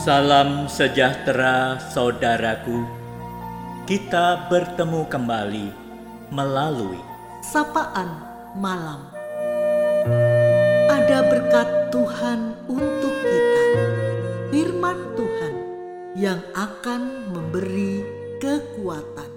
Salam sejahtera saudaraku. Kita bertemu kembali melalui Sapaan Malam. Ada berkat Tuhan untuk kita, firman Tuhan yang akan memberi kekuatan.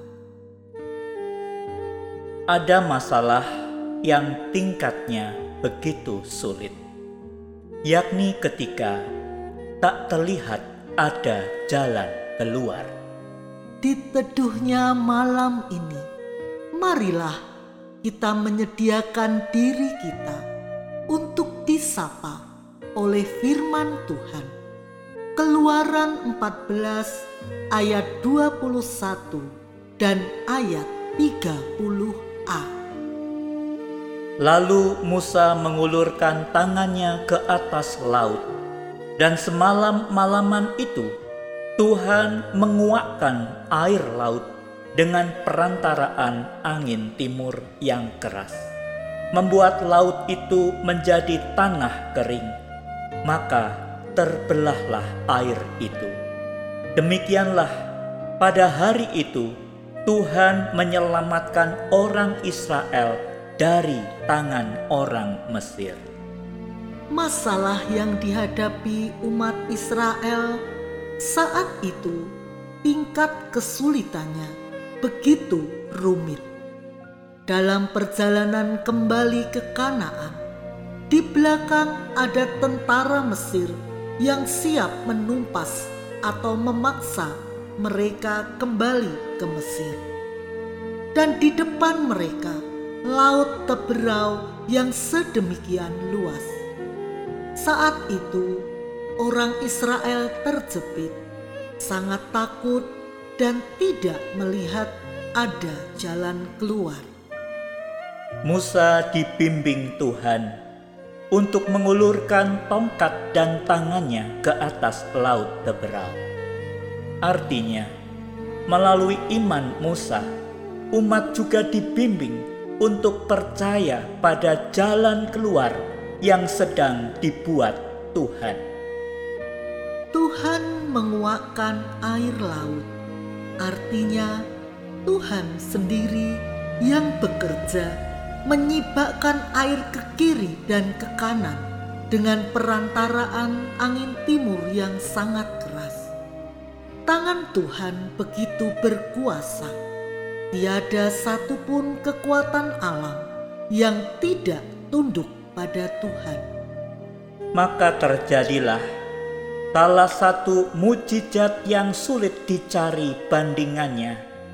ada masalah yang tingkatnya begitu sulit, yakni ketika tak terlihat ada jalan keluar. Di teduhnya malam ini, marilah kita menyediakan diri kita untuk disapa oleh firman Tuhan. Keluaran 14 ayat 21 dan ayat 30a. Lalu Musa mengulurkan tangannya ke atas laut, dan semalam-malaman itu Tuhan menguakkan air laut dengan perantaraan angin timur yang keras, membuat laut itu menjadi tanah kering, maka terbelahlah air itu. Demikianlah pada hari itu Tuhan menyelamatkan orang Israel dari tangan orang Mesir. Masalah yang dihadapi umat Israel saat itu, tingkat kesulitannya begitu rumit. Dalam perjalanan kembali ke Kanaan, di belakang ada tentara Mesir yang siap menumpas atau memaksa mereka kembali ke Mesir. Dan di depan mereka, laut terberau yang sedemikian luas. Saat itu, orang Israel terjepit, sangat takut dan tidak melihat ada jalan keluar. Musa dibimbing Tuhan untuk mengulurkan tongkat dan tangannya ke atas laut terberau. Artinya, melalui iman Musa, umat juga dibimbing untuk percaya pada jalan keluar yang sedang dibuat Tuhan. Tuhan menguakkan air laut, artinya Tuhan sendiri yang bekerja menyibakkan air ke kiri dan ke kanan dengan perantaraan angin timur yang sangat keras. Tangan Tuhan begitu berkuasa, tiada satupun kekuatan alam yang tidak tunduk pada Tuhan. Maka terjadilah salah satu mujizat yang sulit dicari bandingannya.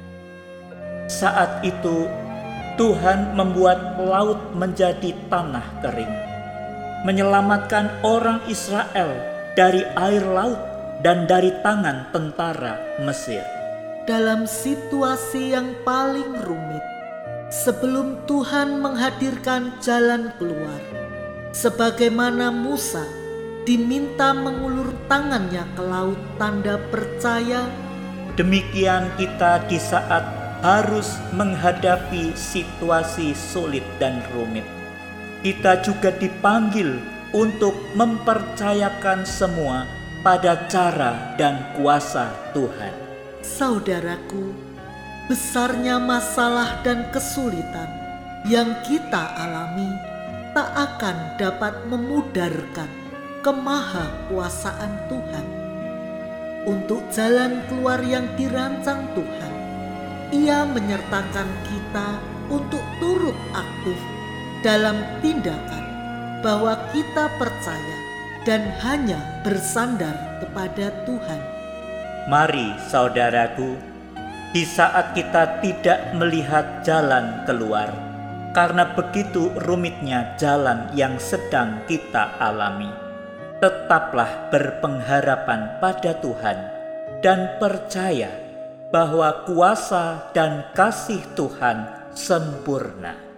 Saat itu Tuhan membuat laut menjadi tanah kering, menyelamatkan orang Israel dari air laut dan dari tangan tentara Mesir. Dalam situasi yang paling rumit, sebelum Tuhan menghadirkan jalan keluar, sebagaimana Musa diminta mengulur tangannya ke laut tanda percaya, demikian kita di saat harus menghadapi situasi sulit dan rumit. Kita juga dipanggil untuk mempercayakan semua pada cara dan kuasa Tuhan. Saudaraku, besarnya masalah dan kesulitan yang kita alami tak akan dapat memudarkan kemahakuasaan Tuhan. Untuk jalan keluar yang dirancang Tuhan, Ia menyertakan kita untuk turut aktif dalam tindakan bahwa kita percaya dan hanya bersandar kepada Tuhan. Mari saudaraku, di saat kita tidak melihat jalan keluar, karena begitu rumitnya jalan yang sedang kita alami, tetaplah berpengharapan pada Tuhan dan percaya bahwa kuasa dan kasih Tuhan sempurna.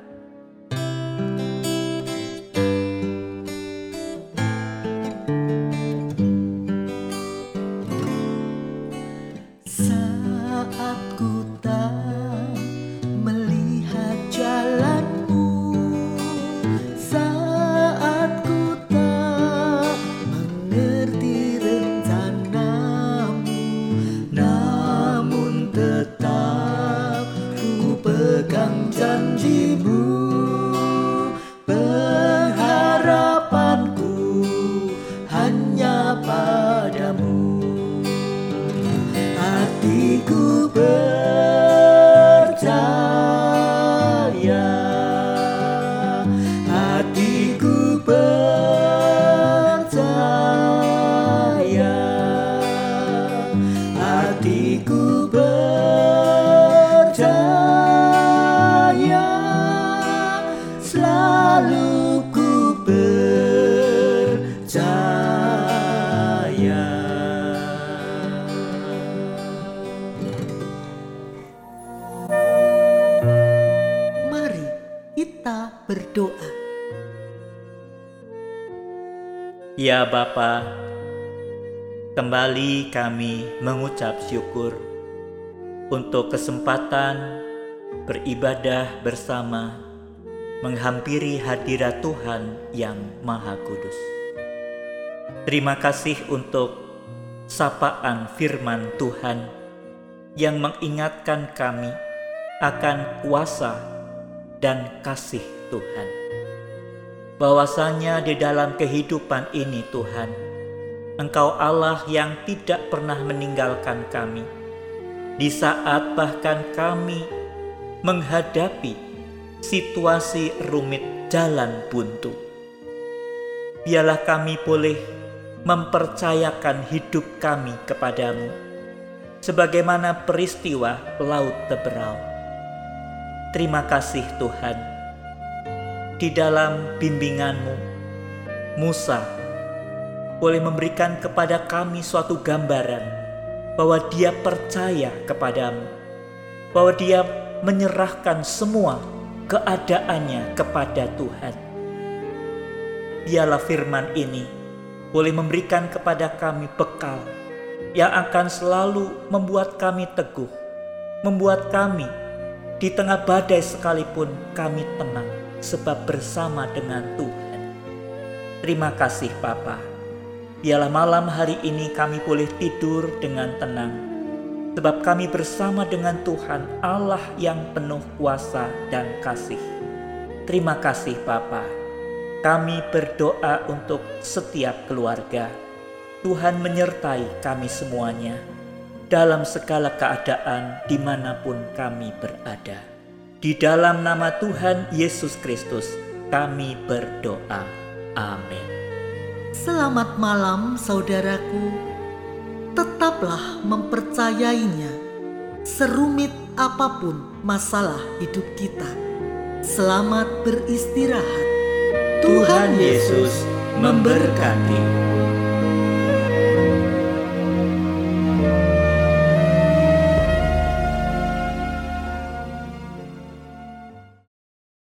Saat ku tak melihat jalanmu, saat ku tak mengerti rencana, selalu ku percaya. Mari kita berdoa. Ya Bapa, kembali kami mengucap syukur untuk kesempatan beribadah bersama, menghampiri hadirat Tuhan yang Maha Kudus. Terima kasih untuk sapaan firman Tuhan yang mengingatkan kami akan kuasa dan kasih Tuhan. Bahwasanya di dalam kehidupan ini Tuhan, Engkau Allah yang tidak pernah meninggalkan kami di saat bahkan kami menghadapi situasi rumit jalan buntu. Biarlah kami boleh mempercayakan hidup kami kepadamu, sebagaimana peristiwa Laut Teberau. Terima kasih Tuhan. Di dalam bimbingan-Mu, Musa boleh memberikan kepada kami suatu gambaran bahwa dia percaya kepadamu, bahwa dia menyerahkan semua keadaannya kepada Tuhan. Biarlah firman ini boleh memberikan kepada kami bekal yang akan selalu membuat kami teguh, membuat kami di tengah badai sekalipun kami tenang, sebab bersama dengan Tuhan. Terima kasih Bapa. Biarlah malam hari ini kami boleh tidur dengan tenang, sebab kami bersama dengan Tuhan Allah yang penuh kuasa dan kasih. Terima kasih Bapa. Kami berdoa untuk setiap keluarga. Tuhan menyertai kami semuanya dalam segala keadaan dimanapun kami berada. Di dalam nama Tuhan Yesus Kristus kami berdoa. Amin. Selamat malam saudaraku. Tetaplah mempercayainya, serumit apapun masalah hidup kita. Selamat beristirahat. Tuhan Yesus memberkati.